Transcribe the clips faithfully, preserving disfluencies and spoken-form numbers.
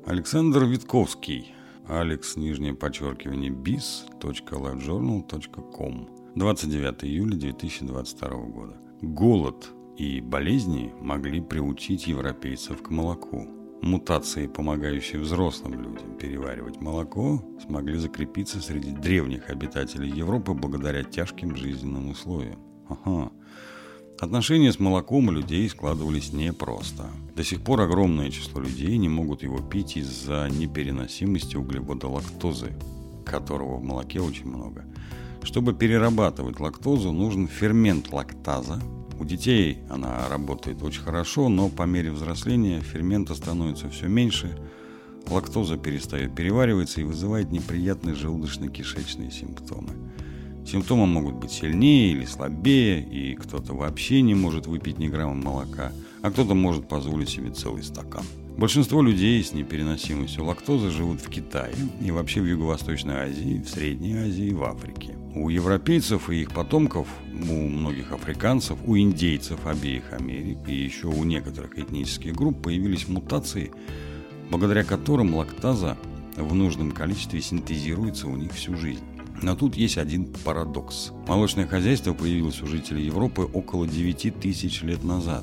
Александр Витковский. Алекс, нижнее подчеркивание, биз точка лайвджорнал точка ком. двадцать девятого июля две тысячи двадцать второго года. Голод и болезни могли приучить европейцев к молоку. Мутации, помогающие взрослым людям переваривать молоко, смогли закрепиться среди древних обитателей Европы благодаря тяжким жизненным условиям. Ага. Отношения с молоком у людей складывались непросто. До сих пор огромное число людей не могут его пить из-за непереносимости углевода лактозы, которого в молоке очень много. Чтобы перерабатывать лактозу, нужен фермент лактаза. У детей она работает очень хорошо, но по мере взросления фермента становится все меньше, лактоза перестает перевариваться и вызывает неприятные желудочно-кишечные симптомы. Симптомы могут быть сильнее или слабее, и кто-то вообще не может выпить ни грамма молока, а кто-то может позволить себе целый стакан. Большинство людей с непереносимостью лактозы живут в Китае и вообще в Юго-Восточной Азии, в Средней Азии и в Африке. У европейцев и их потомков, у многих африканцев, у индейцев обеих Америк и еще у некоторых этнических групп появились мутации, благодаря которым лактаза в нужном количестве синтезируется у них всю жизнь. Но тут есть один парадокс. Молочное хозяйство появилось у жителей Европы около девять тысяч лет назад,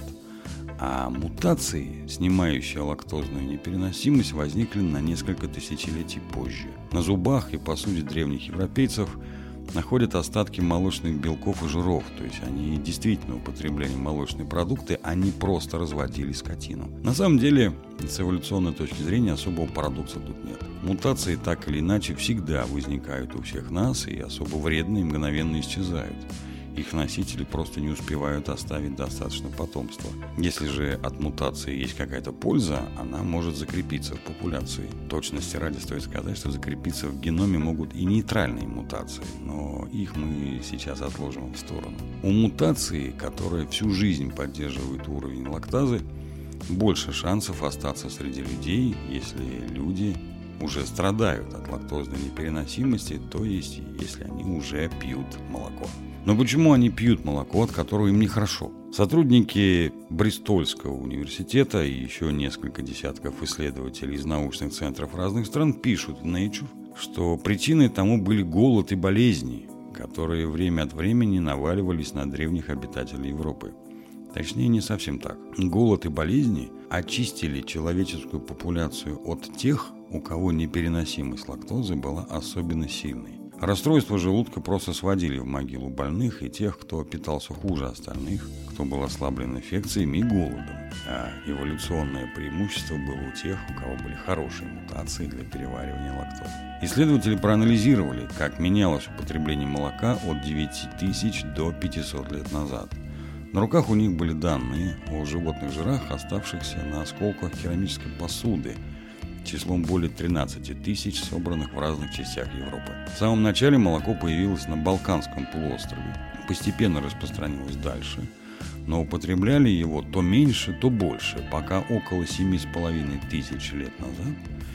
а мутации, снимающие лактозную непереносимость, возникли на несколько тысячелетий позже. На зубах и посуде древних европейцев находят остатки молочных белков и жиров, то есть они действительно употребляли молочные продукты, а не просто разводили скотину. На самом деле, с эволюционной точки зрения особого парадокса тут нет. Мутации так или иначе всегда возникают у всех нас и особо вредные и мгновенно исчезают. Их носители просто не успевают оставить достаточно потомства. Если же от мутации есть какая-то польза, она может закрепиться в популяции. Точности ради стоит сказать, что закрепиться в геноме могут и нейтральные мутации, но их мы сейчас отложим в сторону. У мутации, которая всю жизнь поддерживает уровень лактазы, больше шансов остаться среди людей, если люди уже страдают от лактозной непереносимости, то есть если они уже пьют молоко. Но почему они пьют молоко, от которого им нехорошо? Сотрудники Бристольского университета и еще несколько десятков исследователей из научных центров разных стран пишут в Nature, что причиной тому были голод и болезни, которые время от времени наваливались на древних обитателей Европы. Точнее, не совсем так. Голод и болезни очистили человеческую популяцию от тех, у кого непереносимость лактозы была особенно сильной. Расстройства желудка просто сводили в могилу больных и тех, кто питался хуже остальных, кто был ослаблен инфекциями и голодом. А эволюционное преимущество было у тех, у кого были хорошие мутации для переваривания лактозы. Исследователи проанализировали, как менялось употребление молока от девяти тысяч до пятисот лет назад. На руках у них были данные о животных жирах, оставшихся на осколках керамической посуды, числом более тринадцати тысяч, собранных в разных частях Европы. В самом начале молоко появилось на Балканском полуострове, постепенно распространилось дальше, но употребляли его то меньше, то больше, пока около семи с половиной тысяч лет назад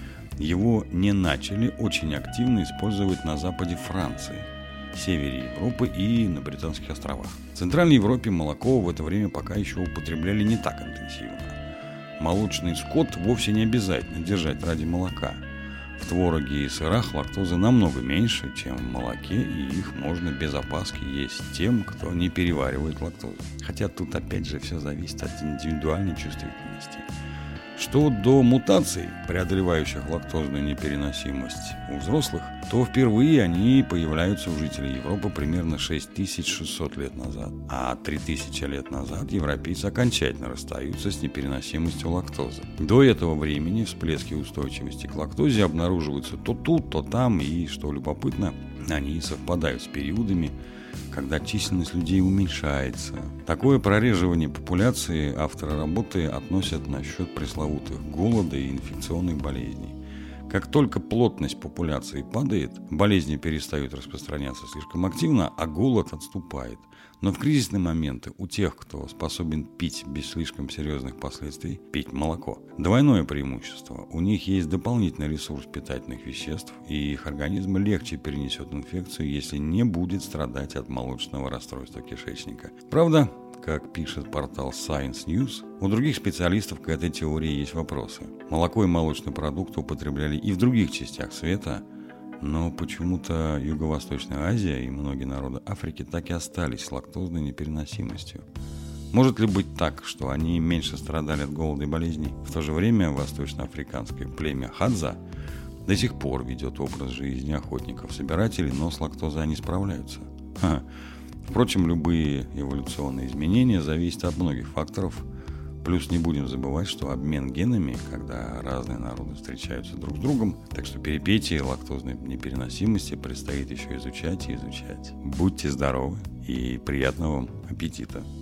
его не начали очень активно использовать на западе Франции, севере Европы и на Британских островах. В Центральной Европе молоко в это время пока еще употребляли не так интенсивно. Молочный скот вовсе не обязательно держать ради молока. В твороге и сырах лактозы намного меньше, чем в молоке, и их можно без опаски есть тем, кто не переваривает лактозу. Хотя тут опять же все зависит от индивидуальной чувствительности. Что до мутаций, преодолевающих лактозную непереносимость у взрослых, то впервые они появляются у жителей Европы примерно шесть тысяч шестьсот лет назад. А три тысячи лет назад европейцы окончательно расстаются с непереносимостью лактозы. До этого времени всплески устойчивости к лактозе обнаруживаются то тут, то там, и, что любопытно, они совпадают с периодами, когда численность людей уменьшается. Такое прореживание популяции авторы работы относят насчет пресловутых голода и инфекционных болезней. Как только плотность популяции падает, болезни перестают распространяться слишком активно, а голод отступает. Но в кризисные моменты у тех, кто способен пить без слишком серьезных последствий, пить молоко, двойное преимущество. У них есть дополнительный ресурс питательных веществ, и их организм легче перенесет инфекцию, если не будет страдать от молочного расстройства кишечника. Правда, как пишет портал Science News, у других специалистов к этой теории есть вопросы. Молоко и молочные продукты употребляли и в других частях света, но почему-то Юго-Восточная Азия и многие народы Африки так и остались с лактозной непереносимостью. Может ли быть так, что они меньше страдали от голода и болезней? В то же время восточноафриканское племя Хадза до сих пор ведет образ жизни охотников-собирателей, но с лактозой они справляются. Ха. Впрочем, любые эволюционные изменения зависят от многих факторов. Плюс не будем забывать, что обмен генами, когда разные народы встречаются друг с другом, так что перипетии лактозной непереносимости предстоит еще изучать и изучать. Будьте здоровы и приятного вам аппетита!